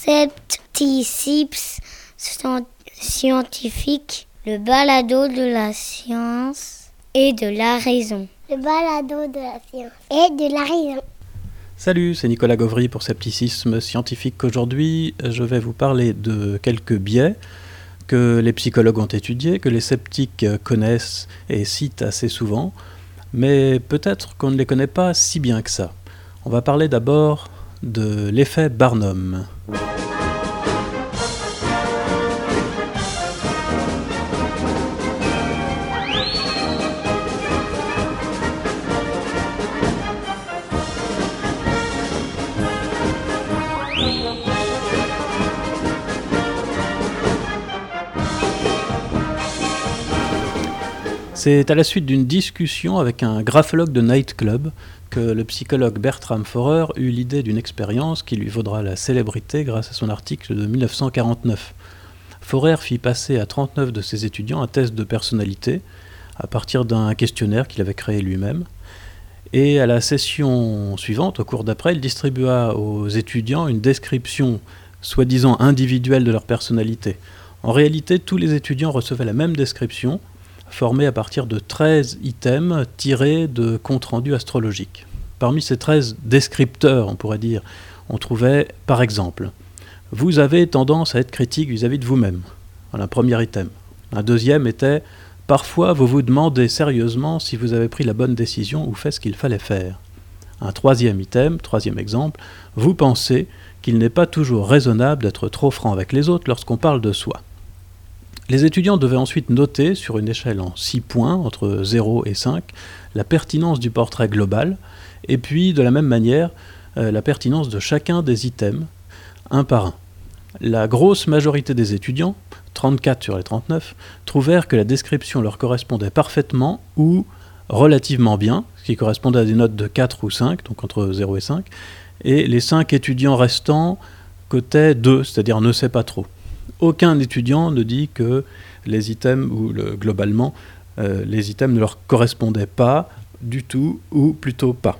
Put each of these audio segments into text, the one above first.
Scepticisme scientifique, le balado de la science et de la raison. Le balado de la science et de la raison. Salut, c'est Nicolas Gauvry pour Scepticisme Scientifique. Aujourd'hui, je vais vous parler de quelques biais que les psychologues ont étudiés, que les sceptiques connaissent et citent assez souvent, mais peut-être qu'on ne les connaît pas si bien que ça. On va parler d'abord de l'effet Barnum. C'est à la suite d'une discussion avec un graphologue de nightclub que le psychologue Bertram Forer eut l'idée d'une expérience qui lui vaudra la célébrité grâce à son article de 1949. Forer fit passer à 39 de ses étudiants un test de personnalité à partir d'un questionnaire qu'il avait créé lui-même. Et à la session suivante, au cours d'après, il distribua aux étudiants une description soi-disant individuelle de leur personnalité. En réalité, tous les étudiants recevaient la même description, formé à partir de 13 items tirés de comptes rendus astrologiques. Parmi ces 13 descripteurs, on pourrait dire, on trouvait, par exemple, « Vous avez tendance à être critique vis-à-vis de vous-même ». Voilà un premier item. Un deuxième était « Parfois, vous vous demandez sérieusement si vous avez pris la bonne décision ou fait ce qu'il fallait faire ». Un troisième item, troisième exemple, « Vous pensez qu'il n'est pas toujours raisonnable d'être trop franc avec les autres lorsqu'on parle de soi ». Les étudiants devaient ensuite noter, sur une échelle en 6 points, entre 0 et 5, la pertinence du portrait global, et puis, de la même manière, la pertinence de chacun des items, un par un. La grosse majorité des étudiants, 34 sur les 39, trouvèrent que la description leur correspondait parfaitement ou relativement bien, ce qui correspondait à des notes de 4 ou 5, donc entre 0 et 5, et les 5 étudiants restants cotaient 2, c'est-à-dire ne sait pas trop. Aucun étudiant ne dit que les items, globalement, les items ne leur correspondaient pas du tout, ou plutôt pas.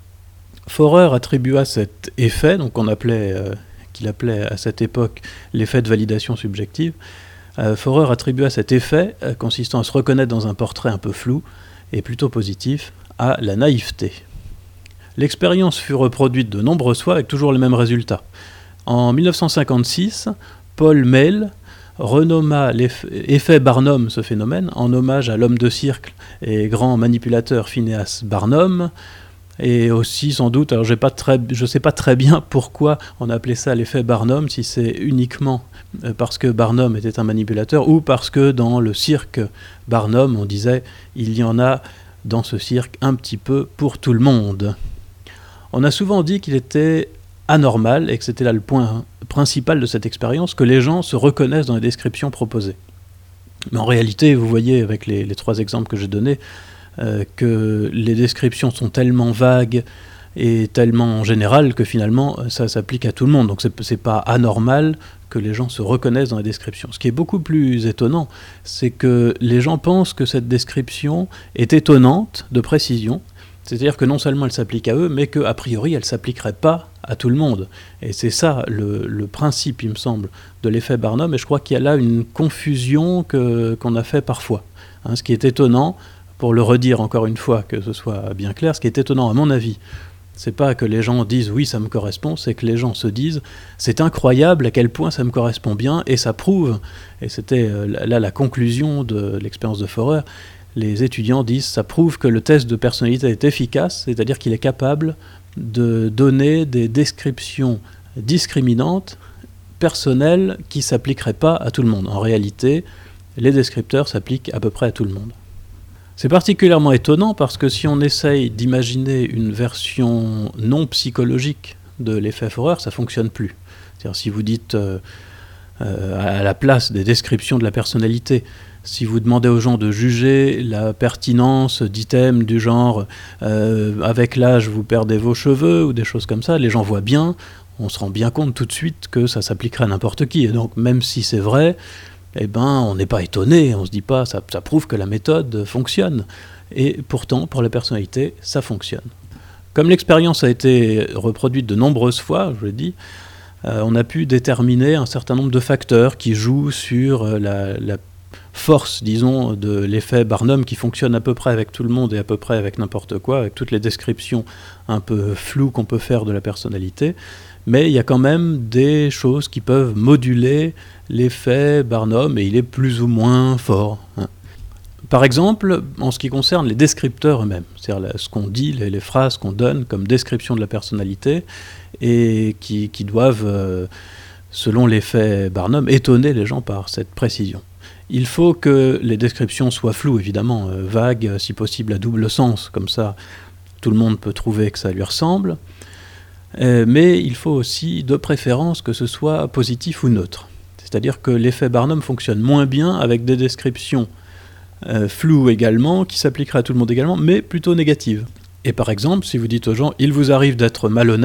Forer attribua cet effet, donc qu'il appelait à cette époque l'effet de validation subjective. Forer attribua cet effet, consistant à se reconnaître dans un portrait un peu flou et plutôt positif, à la naïveté. L'expérience fut reproduite de nombreuses fois avec toujours les mêmes résultats. En 1956, Paul Mehl renomma l'effet Barnum, ce phénomène, en hommage à l'homme de cirque et grand manipulateur Phineas Barnum, et aussi sans doute, alors je ne sais pas très bien pourquoi on a appelé ça l'effet Barnum, si c'est uniquement parce que Barnum était un manipulateur, ou parce que dans le cirque Barnum, on disait « il y en a dans ce cirque un petit peu pour tout le monde ». On a souvent dit qu'il était anormal, et que c'était là le point principal de cette expérience, que les gens se reconnaissent dans les descriptions proposées. Mais en réalité, vous voyez avec les 3 exemples que j'ai donnés, que les descriptions sont tellement vagues et tellement générales que finalement ça s'applique à tout le monde. Donc c'est pas anormal que les gens se reconnaissent dans les descriptions. Ce qui est beaucoup plus étonnant, c'est que les gens pensent que cette description est étonnante de précision. C'est-à-dire que non seulement elle s'applique à eux, mais qu'a priori elle ne s'appliquerait pas à tout le monde. Et c'est ça le principe, il me semble, de l'effet Barnum, et je crois qu'il y a là une confusion qu'on a fait parfois. Ce qui est étonnant, pour le redire encore une fois, que ce soit bien clair, ce qui est étonnant à mon avis, c'est pas que les gens disent « oui, ça me correspond », c'est que les gens se disent « c'est incroyable à quel point ça me correspond bien », et ça prouve, et c'était là la conclusion de l'expérience de Forer, les étudiants disent ça prouve que le test de personnalité est efficace, c'est-à-dire qu'il est capable de donner des descriptions discriminantes, personnelles, qui ne s'appliqueraient pas à tout le monde. En réalité, les descripteurs s'appliquent à peu près à tout le monde. C'est particulièrement étonnant parce que si on essaye d'imaginer une version non psychologique de l'effet Forer, ça ne fonctionne plus. C'est-à-dire si vous dites à la place des descriptions de la personnalité, si vous demandez aux gens de juger la pertinence d'items du genre avec l'âge vous perdez vos cheveux ou des choses comme ça, les gens voient bien, on se rend bien compte tout de suite que ça s'appliquerait à n'importe qui. Et donc même si c'est vrai, on n'est pas étonné, on se dit pas ça prouve que la méthode fonctionne. Et pourtant, pour la personnalité, ça fonctionne. Comme l'expérience a été reproduite de nombreuses fois, je l'ai dit, on a pu déterminer un certain nombre de facteurs qui jouent sur la force, disons, de l'effet Barnum, qui fonctionne à peu près avec tout le monde et à peu près avec n'importe quoi, avec toutes les descriptions un peu floues qu'on peut faire de la personnalité. Mais il y a quand même des choses qui peuvent moduler l'effet Barnum, et il est plus ou moins fort. Par exemple, en ce qui concerne les descripteurs eux-mêmes, c'est-à-dire ce qu'on dit, les phrases qu'on donne comme description de la personnalité, et qui doivent, selon l'effet Barnum, étonner les gens par cette précision. Il faut que les descriptions soient floues, évidemment, vagues, si possible à double sens, comme ça tout le monde peut trouver que ça lui ressemble, mais il faut aussi, de préférence, que ce soit positif ou neutre. C'est-à-dire que l'effet Barnum fonctionne moins bien avec des descriptions floues également, qui s'appliqueraient à tout le monde également, mais plutôt négatives. Et par exemple, si vous dites aux gens « il vous arrive d'être malhonnête »,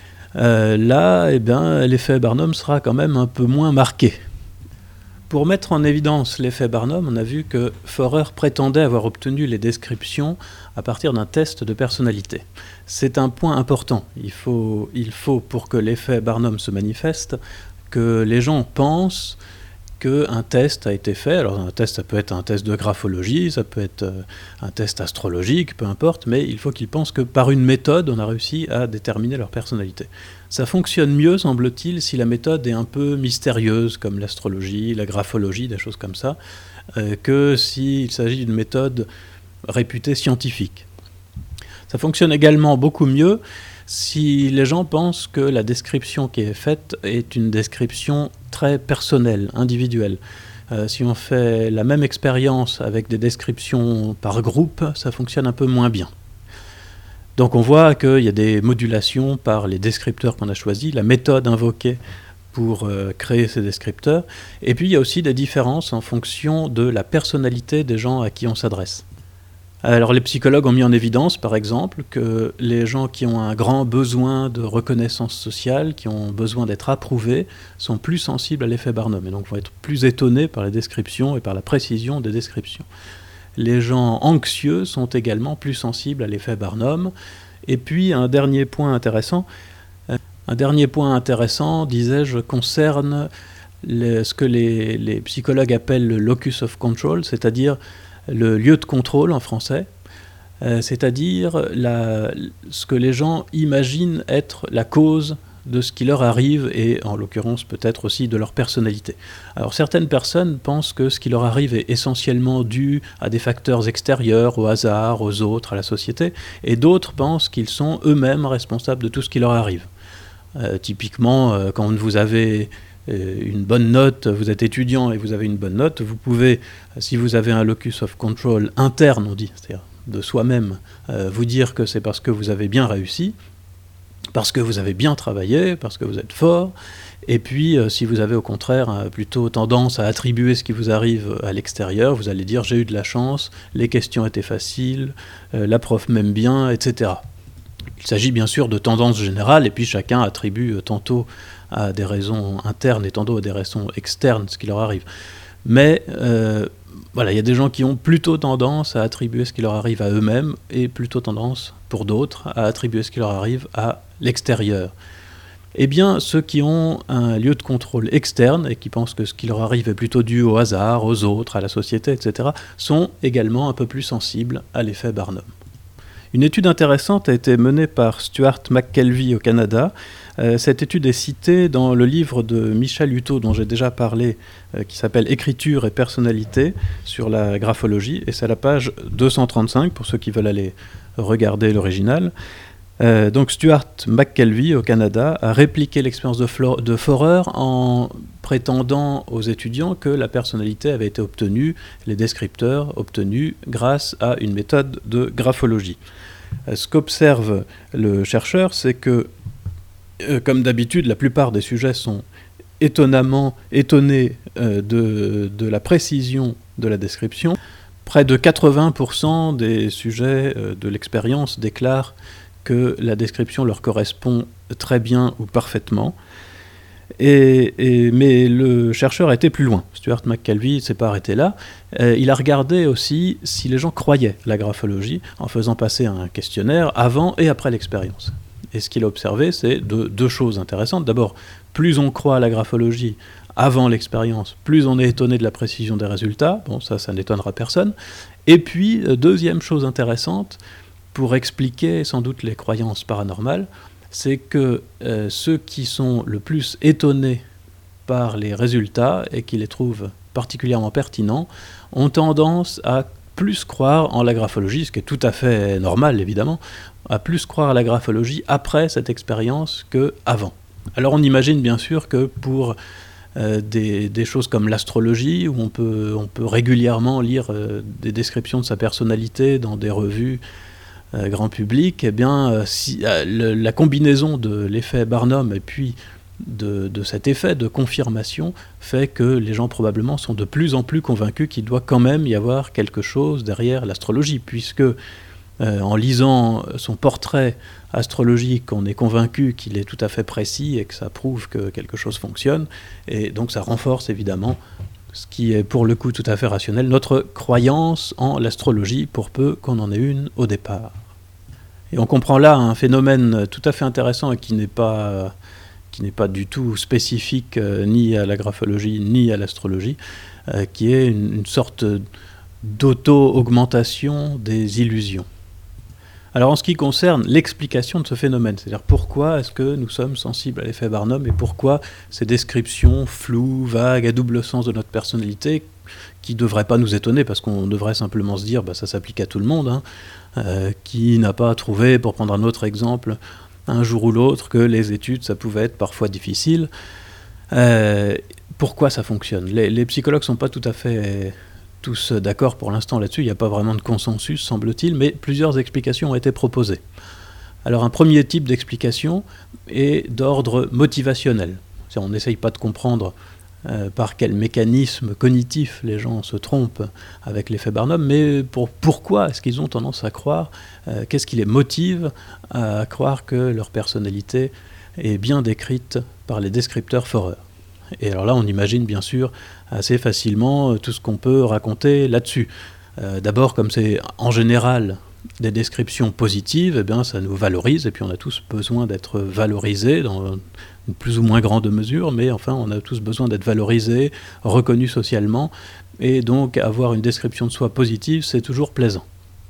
là, l'effet Barnum sera quand même un peu moins marqué. Pour mettre en évidence l'effet Barnum, on a vu que Forer prétendait avoir obtenu les descriptions à partir d'un test de personnalité. C'est un point important. Il faut, pour que l'effet Barnum se manifeste, que les gens pensent qu'un test a été fait. Alors un test, ça peut être un test de graphologie, ça peut être un test astrologique, peu importe, mais il faut qu'ils pensent que par une méthode, on a réussi à déterminer leur personnalité. Ça fonctionne mieux, semble-t-il, si la méthode est un peu mystérieuse, comme l'astrologie, la graphologie, des choses comme ça, que s'il s'agit d'une méthode réputée scientifique. Ça fonctionne également beaucoup mieux si les gens pensent que la description qui est faite est une description très personnelle, individuelle. Si on fait la même expérience avec des descriptions par groupe, ça fonctionne un peu moins bien. Donc on voit qu'il y a des modulations par les descripteurs qu'on a choisis, la méthode invoquée pour créer ces descripteurs, et puis il y a aussi des différences en fonction de la personnalité des gens à qui on s'adresse. Alors les psychologues ont mis en évidence, par exemple, que les gens qui ont un grand besoin de reconnaissance sociale, qui ont besoin d'être approuvés, sont plus sensibles à l'effet Barnum, et donc vont être plus étonnés par les descriptions et par la précision des descriptions. Les gens anxieux sont également plus sensibles à l'effet Barnum. Et puis un dernier point intéressant, disais-je, concerne ce que les psychologues appellent le locus of control, c'est-à-dire le lieu de contrôle en français, c'est-à-dire ce que les gens imaginent être la cause de ce qui leur arrive, et en l'occurrence peut-être aussi de leur personnalité. Alors certaines personnes pensent que ce qui leur arrive est essentiellement dû à des facteurs extérieurs, au hasard, aux autres, à la société, et d'autres pensent qu'ils sont eux-mêmes responsables de tout ce qui leur arrive. Typiquement, quand vous avez une bonne note, vous êtes étudiant et vous avez une bonne note, vous pouvez, si vous avez un locus of control interne, on dit, c'est-à-dire de soi-même, vous dire que c'est parce que vous avez bien réussi, parce que vous avez bien travaillé, parce que vous êtes fort, et puis si vous avez au contraire plutôt tendance à attribuer ce qui vous arrive à l'extérieur, vous allez dire « j'ai eu de la chance, les questions étaient faciles, la prof m'aime bien, etc. » Il s'agit bien sûr de tendances générales, et puis chacun attribue tantôt à des raisons internes et tantôt à des raisons externes ce qui leur arrive. Mais voilà, il y a des gens qui ont plutôt tendance à attribuer ce qui leur arrive à eux-mêmes, et plutôt tendance, pour d'autres, à attribuer ce qui leur arrive à l'extérieur. Eh bien, ceux qui ont un lieu de contrôle externe et qui pensent que ce qui leur arrive est plutôt dû au hasard, aux autres, à la société, etc., sont également un peu plus sensibles à l'effet Barnum. Une étude intéressante a été menée par Stuart McKelvey au Canada. Cette étude est citée dans le livre de Michel Hutto, dont j'ai déjà parlé, qui s'appelle « Écriture et personnalité » sur la graphologie, et c'est à la page 235, pour ceux qui veulent aller regarder l'original. Donc Stuart McKelvey au Canada a répliqué l'expérience de Forer en prétendant aux étudiants que la personnalité avait été obtenue, les descripteurs obtenus grâce à une méthode de graphologie. Ce qu'observe le chercheur, c'est que, comme d'habitude, la plupart des sujets sont étonnamment étonnés de la précision de la description. Près de 80% des sujets de l'expérience déclarent que la description leur correspond très bien ou parfaitement. Mais le chercheur a été plus loin. Stuart McKelvey ne s'est pas arrêté là. Il a regardé aussi si les gens croyaient la graphologie en faisant passer un questionnaire avant et après l'expérience. Et ce qu'il a observé, c'est deux choses intéressantes. D'abord, plus on croit à la graphologie avant l'expérience, plus on est étonné de la précision des résultats. Bon, ça n'étonnera personne. Et puis, deuxième chose intéressante, pour expliquer sans doute les croyances paranormales, c'est que ceux qui sont le plus étonnés par les résultats et qui les trouvent particulièrement pertinents ont tendance à plus croire en la graphologie, ce qui est tout à fait normal évidemment, à plus croire à la graphologie après cette expérience qu'avant. Alors on imagine bien sûr que pour des choses comme l'astrologie, où on peut régulièrement lire des descriptions de sa personnalité dans des revues grand public, eh bien, la combinaison de l'effet Barnum et puis de cet effet de confirmation fait que les gens probablement sont de plus en plus convaincus qu'il doit quand même y avoir quelque chose derrière l'astrologie, puisque en lisant son portrait astrologique, on est convaincu qu'il est tout à fait précis et que ça prouve que quelque chose fonctionne, et donc ça renforce évidemment ce qui est pour le coup tout à fait rationnel, notre croyance en l'astrologie, pour peu qu'on en ait une au départ. Et on comprend là un phénomène tout à fait intéressant et qui n'est pas du tout spécifique ni à la graphologie ni à l'astrologie, qui est une sorte d'auto-augmentation des illusions. Alors en ce qui concerne l'explication de ce phénomène, c'est-à-dire pourquoi est-ce que nous sommes sensibles à l'effet Barnum et pourquoi ces descriptions floues, vagues, à double sens de notre personnalité, qui ne devraient pas nous étonner parce qu'on devrait simplement se dire ça s'applique à tout le monde, qui n'a pas trouvé, pour prendre un autre exemple, un jour ou l'autre, que les études ça pouvait être parfois difficile. Pourquoi ça fonctionne ? Les psychologues ne sont pas tout à fait tous d'accord pour l'instant là-dessus, il n'y a pas vraiment de consensus semble-t-il, mais plusieurs explications ont été proposées. Alors un premier type d'explication est d'ordre motivationnel. On n'essaye pas de comprendre par quel mécanisme cognitif les gens se trompent avec l'effet Barnum, mais pourquoi est-ce qu'ils ont tendance à croire, qu'est-ce qui les motive à croire que leur personnalité est bien décrite par les descripteurs Forer. Et alors là, on imagine bien sûr assez facilement tout ce qu'on peut raconter là-dessus. D'abord, comme c'est en général des descriptions positives, eh bien, ça nous valorise, et puis on a tous besoin d'être valorisés dans une plus ou moins grande mesure, mais enfin, on a tous besoin d'être valorisés, reconnus socialement, et donc avoir une description de soi positive, c'est toujours plaisant.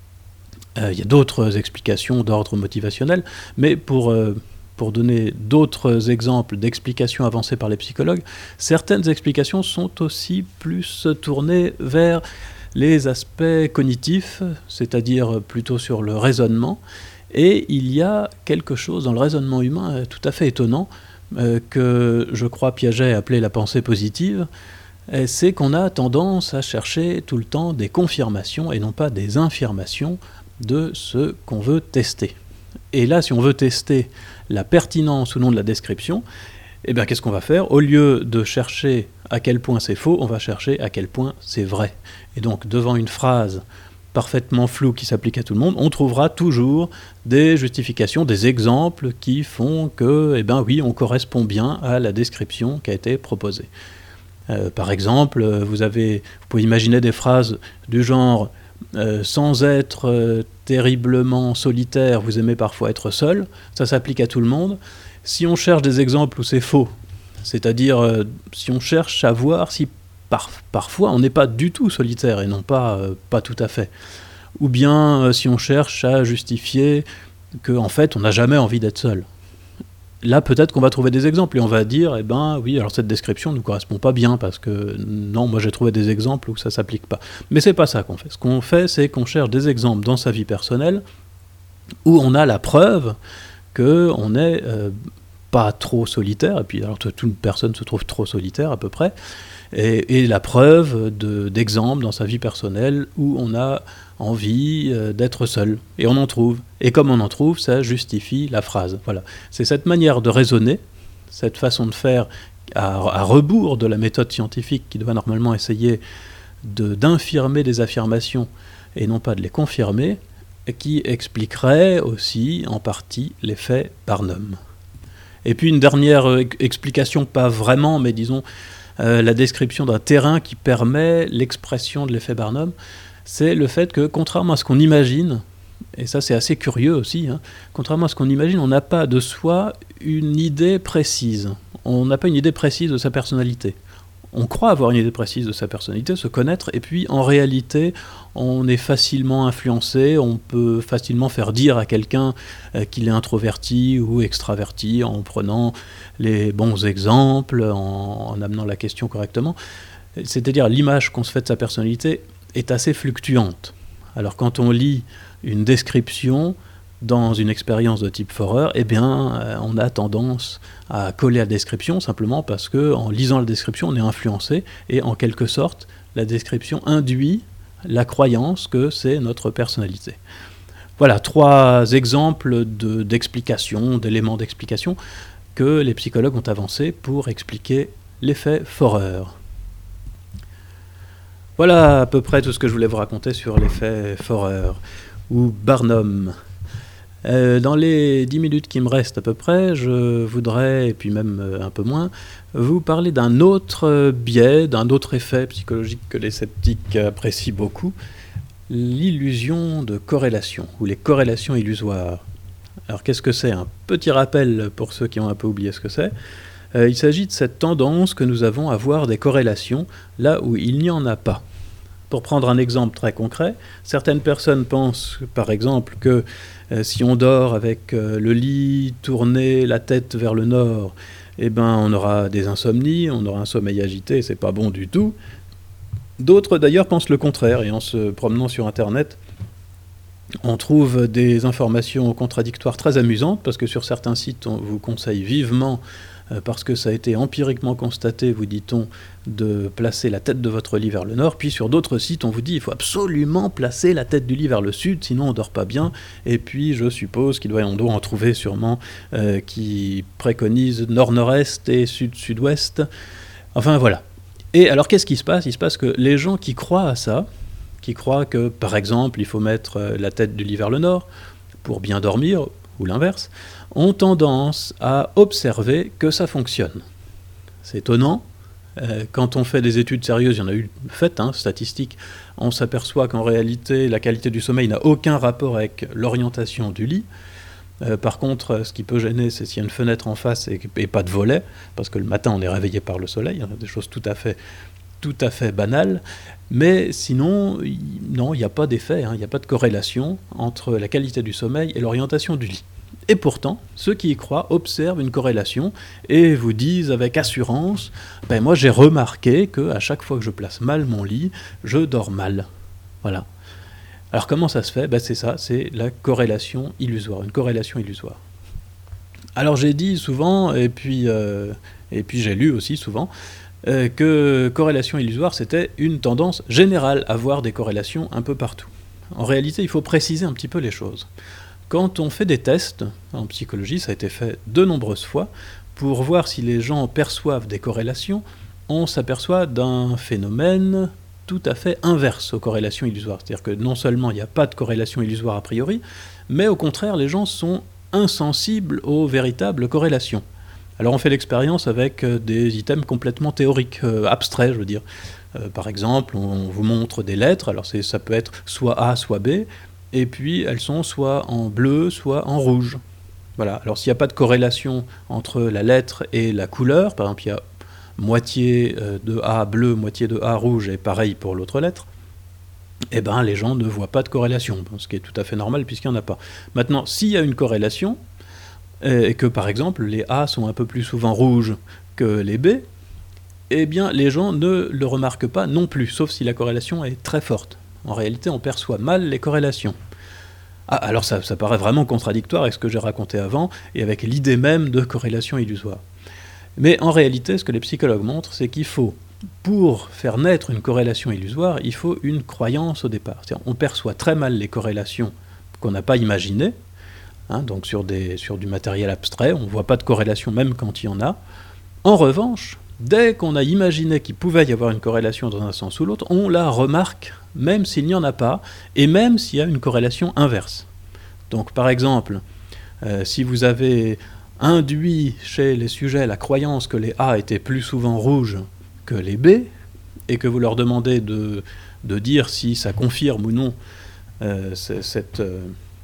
Il y a d'autres explications d'ordre motivationnel, mais pour donner d'autres exemples d'explications avancées par les psychologues, certaines explications sont aussi plus tournées vers les aspects cognitifs, c'est-à-dire plutôt sur le raisonnement, et il y a quelque chose dans le raisonnement humain tout à fait étonnant que je crois Piaget appelait la pensée positive, c'est qu'on a tendance à chercher tout le temps des confirmations et non pas des infirmations de ce qu'on veut tester. Et là, si on veut tester la pertinence ou non de la description, eh bien, qu'est-ce qu'on va faire ? Au lieu de chercher à quel point c'est faux, on va chercher à quel point c'est vrai. Et donc, devant une phrase parfaitement floue qui s'applique à tout le monde, on trouvera toujours des justifications, des exemples qui font que, eh bien oui, on correspond bien à la description qui a été proposée. Par exemple, vous pouvez imaginer des phrases du genre sans être terriblement solitaire, vous aimez parfois être seul, ça s'applique à tout le monde. Si on cherche des exemples où c'est faux, c'est-à-dire si on cherche à voir si parfois on n'est pas du tout solitaire et non pas tout à fait, ou bien si on cherche à justifier qu'en fait on n'a jamais envie d'être seul, là peut-être qu'on va trouver des exemples et on va dire eh ben oui, alors cette description ne nous correspond pas bien parce que non, moi j'ai trouvé des exemples où ça s'applique pas. Mais c'est pas ça qu'on fait. Ce qu'on fait, c'est qu'on cherche des exemples dans sa vie personnelle où on a la preuve qu'on n'est pas trop solitaire, et puis alors toute personne se trouve trop solitaire à peu près, et la preuve d'exemples dans sa vie personnelle où on a envie d'être seul, et on en trouve. Et comme on en trouve, ça justifie la phrase. Voilà. C'est cette manière de raisonner, cette façon de faire à rebours de la méthode scientifique qui doit normalement essayer d'infirmer des affirmations et non pas de les confirmer, qui expliquerait aussi en partie l'effet Barnum. Et puis une dernière explication, pas vraiment, mais disons la description d'un terrain qui permet l'expression de l'effet Barnum, c'est le fait que, contrairement à ce qu'on imagine, et ça c'est assez curieux aussi, hein. Contrairement à ce qu'on imagine, on n'a pas de soi une idée précise. On n'a pas une idée précise de sa personnalité. On croit avoir une idée précise de sa personnalité, se connaître, et puis en réalité, on est facilement influencé, on peut facilement faire dire à quelqu'un qu'il est introverti ou extraverti en prenant les bons exemples, en amenant la question correctement. C'est-à-dire l'image qu'on se fait de sa personnalité est assez fluctuante. Alors quand on lit une description dans une expérience de type Forer, eh bien, on a tendance à coller à la description simplement parce qu'en lisant la description, on est influencé et en quelque sorte, la description induit la croyance que c'est notre personnalité. Voilà, 3 exemples d'explications, d'éléments d'explication que les psychologues ont avancés pour expliquer l'effet Forer. Voilà à peu près tout ce que je voulais vous raconter sur l'effet Forer ou Barnum. Dans les 10 minutes qui me restent à peu près, je voudrais, et puis même un peu moins, vous parler d'un autre biais, d'un autre effet psychologique que les sceptiques apprécient beaucoup, l'illusion de corrélation, ou les corrélations illusoires. Alors qu'est-ce que c'est ? Un petit rappel pour ceux qui ont un peu oublié ce que c'est. Il s'agit de cette tendance que nous avons à voir des corrélations là où il n'y en a pas. Pour prendre un exemple très concret, certaines personnes pensent par exemple que si on dort avec le lit tourné, la tête vers le nord, eh ben, on aura des insomnies, on aura un sommeil agité, c'est pas bon du tout. D'autres d'ailleurs pensent le contraire, et en se promenant sur Internet, on trouve des informations contradictoires très amusantes, parce que sur certains sites, on vous conseille vivement, parce que ça a été empiriquement constaté, vous dit-on, de placer la tête de votre lit vers le nord, puis sur d'autres sites, on vous dit il faut absolument placer la tête du lit vers le sud, sinon on ne dort pas bien, et puis je suppose on doit en trouver sûrement qui préconisent nord-nord-est et sud-sud-ouest, enfin voilà. Et alors qu'est-ce qui se passe ? Il se passe que les gens qui croient à ça, qui croient que, par exemple, il faut mettre la tête du lit vers le nord pour bien dormir, ou l'inverse, ont tendance à observer que ça fonctionne. C'est étonnant. Quand on fait des études sérieuses, il y en a eu faites, statistiques, on s'aperçoit qu'en réalité, la qualité du sommeil n'a aucun rapport avec l'orientation du lit. Par contre, ce qui peut gêner, c'est s'il y a une fenêtre en face et pas de volet, parce que le matin, on est réveillé par le soleil, des choses tout à fait banales. Mais sinon, non, il n'y a pas d'effet, il n'y a pas de corrélation entre la qualité du sommeil et l'orientation du lit. Et pourtant, ceux qui y croient observent une corrélation et vous disent avec assurance « moi j'ai remarqué qu'à chaque fois que je place mal mon lit, je dors mal. » Voilà. Alors comment ça se fait ? C'est ça, c'est la corrélation illusoire, une corrélation illusoire. Alors j'ai dit souvent, et puis j'ai lu aussi souvent, que corrélation illusoire, c'était une tendance générale à voir des corrélations un peu partout. En réalité, il faut préciser un petit peu les choses. Quand on fait des tests, en psychologie, ça a été fait de nombreuses fois, pour voir si les gens perçoivent des corrélations, on s'aperçoit d'un phénomène tout à fait inverse aux corrélations illusoires. C'est-à-dire que non seulement il n'y a pas de corrélation illusoire a priori, mais au contraire, les gens sont insensibles aux véritables corrélations. Alors on fait l'expérience avec des items complètement théoriques, abstraits, je veux dire. Par exemple, on vous montre des lettres, alors ça peut être soit A, soit B, et puis elles sont soit en bleu, soit en rouge. Voilà. Alors s'il n'y a pas de corrélation entre la lettre et la couleur, par exemple il y a moitié de A bleu, moitié de A rouge, et pareil pour l'autre lettre, eh ben les gens ne voient pas de corrélation, ce qui est tout à fait normal puisqu'il n'y en a pas. Maintenant, s'il y a une corrélation, et que par exemple les A sont un peu plus souvent rouges que les B, eh bien les gens ne le remarquent pas non plus, sauf si la corrélation est très forte. En réalité, on perçoit mal les corrélations. Ah, alors ça paraît vraiment contradictoire avec ce que j'ai raconté avant, et avec l'idée même de corrélation illusoire. Mais en réalité, ce que les psychologues montrent, c'est qu'il faut, pour faire naître une corrélation illusoire, il faut une croyance au départ. C'est-à-dire, on perçoit très mal les corrélations qu'on n'a pas imaginées, donc sur du matériel abstrait, on ne voit pas de corrélation même quand il y en a. En revanche, dès qu'on a imaginé qu'il pouvait y avoir une corrélation dans un sens ou l'autre, on la remarque, même s'il n'y en a pas, et même s'il y a une corrélation inverse. Donc par exemple, si vous avez induit chez les sujets la croyance que les A étaient plus souvent rouges que les B, et que vous leur demandez de dire si ça confirme ou non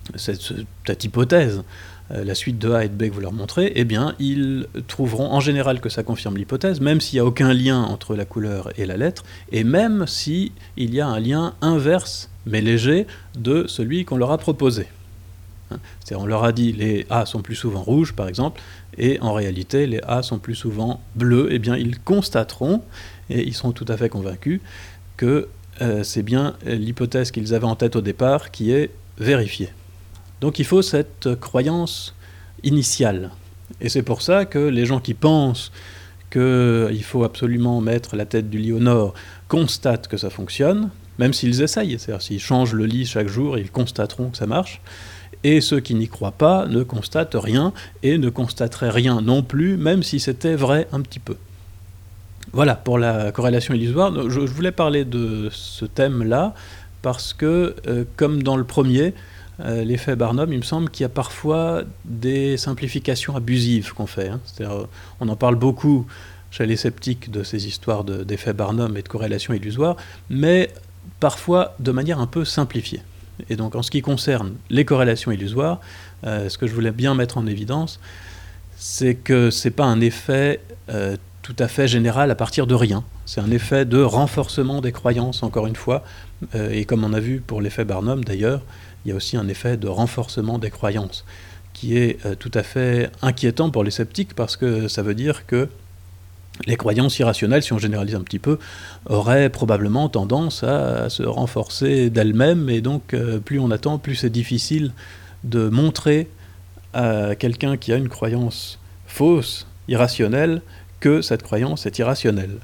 cette hypothèse, la suite de A et de B que vous leur montrez, eh bien, ils trouveront en général que ça confirme l'hypothèse, même s'il n'y a aucun lien entre la couleur et la lettre, et même s'il y a un lien inverse, mais léger, de celui qu'on leur a proposé. C'est-à-dire, on leur a dit les A sont plus souvent rouges, par exemple, et en réalité, les A sont plus souvent bleus. Eh bien, ils constateront, et ils seront tout à fait convaincus, que c'est bien l'hypothèse qu'ils avaient en tête au départ qui est vérifiée. Donc il faut cette croyance initiale. Et c'est pour ça que les gens qui pensent qu'il faut absolument mettre la tête du lit au nord constatent que ça fonctionne, même s'ils essayent. C'est-à-dire s'ils changent le lit chaque jour, ils constateront que ça marche. Et ceux qui n'y croient pas ne constatent rien et ne constateraient rien non plus, même si c'était vrai un petit peu. Voilà, pour la corrélation illusoire. Je voulais parler de ce thème-là parce que, comme dans le premier, l'effet Barnum, il me semble qu'il y a parfois des simplifications abusives qu'on fait. C'est-à-dire, on en parle beaucoup chez les sceptiques de ces histoires d'effet Barnum et de corrélation illusoire, mais parfois de manière un peu simplifiée. Et donc en ce qui concerne les corrélations illusoires, ce que je voulais bien mettre en évidence, c'est que ce n'est pas un effet tout à fait général à partir de rien. C'est un effet de renforcement des croyances, encore une fois, et comme on a vu pour l'effet Barnum d'ailleurs, il y a aussi un effet de renforcement des croyances, qui est tout à fait inquiétant pour les sceptiques, parce que ça veut dire que les croyances irrationnelles, si on généralise un petit peu, auraient probablement tendance à se renforcer d'elles-mêmes, et donc plus on attend, plus c'est difficile de montrer à quelqu'un qui a une croyance fausse, irrationnelle, que cette croyance est irrationnelle.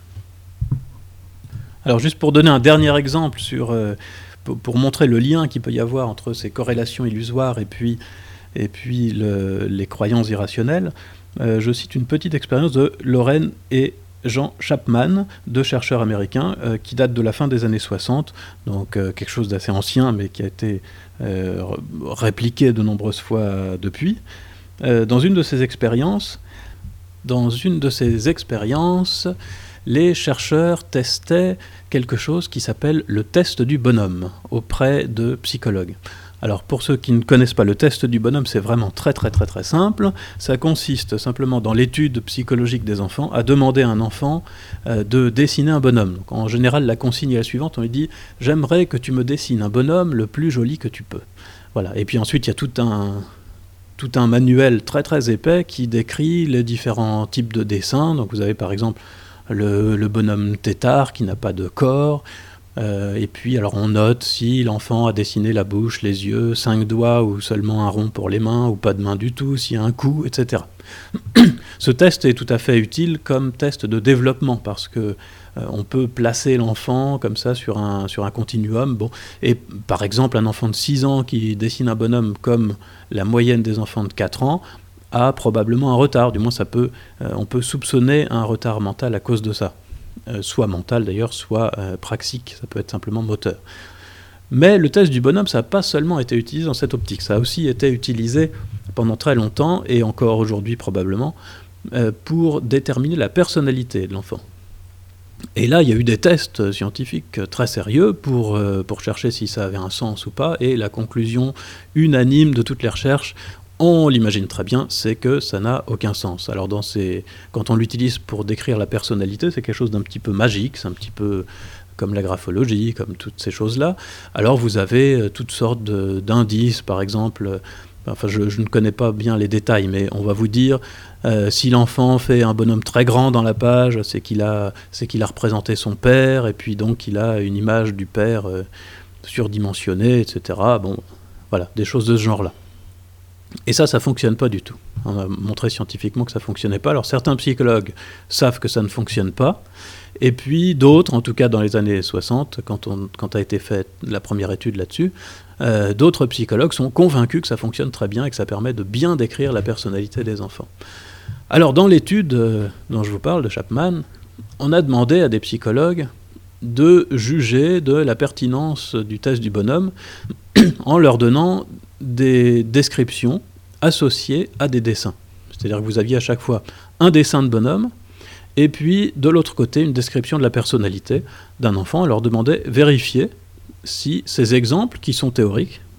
Alors juste pour donner un dernier exemple pour montrer le lien qu'il peut y avoir entre ces corrélations illusoires et puis les croyances irrationnelles, je cite une petite expérience de Loren et Jean Chapman, deux chercheurs américains, qui datent de la fin des années 60, donc quelque chose d'assez ancien, mais qui a été répliqué de nombreuses fois depuis. Dans une de ces expériences, les chercheurs testaient quelque chose qui s'appelle le test du bonhomme auprès de psychologues. Alors pour ceux qui ne connaissent pas le test du bonhomme, c'est vraiment très très très très simple. Ça consiste simplement dans l'étude psychologique des enfants à demander à un enfant de dessiner un bonhomme. Donc, en général, la consigne est la suivante, on lui dit « J'aimerais que tu me dessines un bonhomme le plus joli que tu peux ». Voilà. Et puis ensuite, il y a tout un manuel très très épais qui décrit les différents types de dessins. Donc vous avez par exemple le bonhomme tétard qui n'a pas de corps, et puis alors on note si l'enfant a dessiné la bouche, les yeux, 5 doigts ou seulement un rond pour les mains ou pas de main du tout, s'il y a un cou, etc. Ce test est tout à fait utile comme test de développement parce que on peut placer l'enfant comme ça sur un continuum. Bon. Et par exemple, un enfant de 6 ans qui dessine un bonhomme comme la moyenne des enfants de 4 ans a probablement un retard. Du moins, on peut soupçonner un retard mental à cause de ça. Soit mental d'ailleurs, soit praxique, ça peut être simplement moteur. Mais le test du bonhomme, ça n'a pas seulement été utilisé dans cette optique, ça a aussi été utilisé pendant très longtemps, et encore aujourd'hui probablement, pour déterminer la personnalité de l'enfant. Et là, il y a eu des tests scientifiques très sérieux pour chercher si ça avait un sens ou pas, et la conclusion unanime de toutes les recherches, on l'imagine très bien, c'est que ça n'a aucun sens. Alors quand on l'utilise pour décrire la personnalité, c'est quelque chose d'un petit peu magique, c'est un petit peu comme la graphologie, comme toutes ces choses-là. Alors vous avez toutes sortes d'indices, par exemple, enfin je ne connais pas bien les détails, mais on va vous dire, si l'enfant fait un bonhomme très grand dans la page, c'est qu'il a représenté son père, et puis donc il a une image du père surdimensionnée, etc. Bon, voilà, des choses de ce genre-là. Et ça fonctionne pas du tout. On a montré scientifiquement que ça fonctionnait pas. Alors certains psychologues savent que ça ne fonctionne pas, et puis d'autres, en tout cas dans les années 60, quand a été faite la première étude là-dessus, d'autres psychologues sont convaincus que ça fonctionne très bien et que ça permet de bien décrire la personnalité des enfants. Alors dans l'étude dont je vous parle, de Chapman, on a demandé à des psychologues de juger de la pertinence du test du bonhomme en leur donnant des descriptions associées à des dessins. C'est-à-dire que vous aviez à chaque fois un dessin de bonhomme, et puis de l'autre côté une description de la personnalité d'un enfant. On leur demandait vérifier si ces exemples, qui sont théoriques,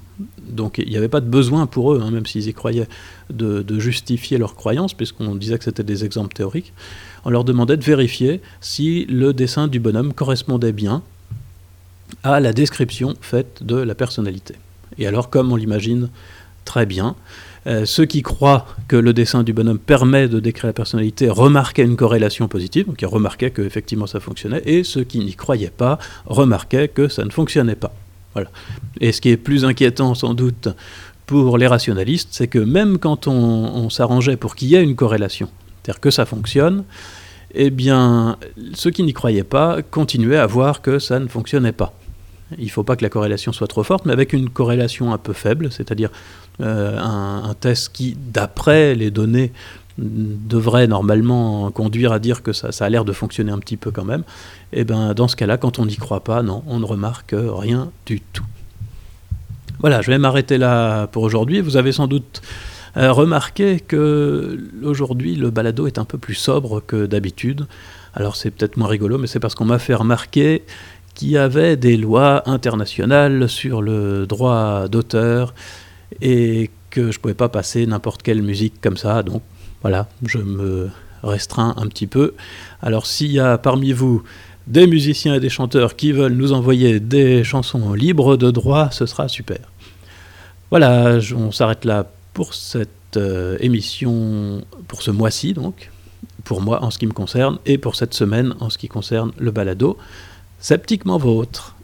Donc il n'y avait pas de besoin pour eux, même s'ils y croyaient, de justifier leur croyance, puisqu'on disait que c'était des exemples théoriques. On leur demandait de vérifier si le dessin du bonhomme correspondait bien à la description faite de la personnalité. Et alors, comme on l'imagine très bien, ceux qui croient que le dessin du bonhomme permet de décrire la personnalité remarquaient une corrélation positive, donc ils remarquaient qu'effectivement ça fonctionnait, et ceux qui n'y croyaient pas remarquaient que ça ne fonctionnait pas. Voilà. Et ce qui est plus inquiétant sans doute pour les rationalistes, c'est que même quand on s'arrangeait pour qu'il y ait une corrélation, c'est-à-dire que ça fonctionne, eh bien, ceux qui n'y croyaient pas continuaient à voir que ça ne fonctionnait pas. Il ne faut pas que la corrélation soit trop forte, mais avec une corrélation un peu faible, c'est-à-dire un test qui, d'après les données, devrait normalement conduire à dire que ça a l'air de fonctionner un petit peu quand même, et ben dans ce cas-là, quand on n'y croit pas, non, on ne remarque rien du tout. Voilà, je vais m'arrêter là pour aujourd'hui. Vous avez sans doute remarqué qu'aujourd'hui, le balado est un peu plus sobre que d'habitude. Alors c'est peut-être moins rigolo, mais c'est parce qu'on m'a fait remarquer qu'il y avait des lois internationales sur le droit d'auteur et que je ne pouvais pas passer n'importe quelle musique comme ça, donc voilà, je me restreins un petit peu. Alors s'il y a parmi vous des musiciens et des chanteurs qui veulent nous envoyer des chansons libres de droit, ce sera super. Voilà, on s'arrête là pour cette émission, pour ce mois-ci donc, pour moi en ce qui me concerne, et pour cette semaine en ce qui concerne le balado Sceptiquement Vôtre.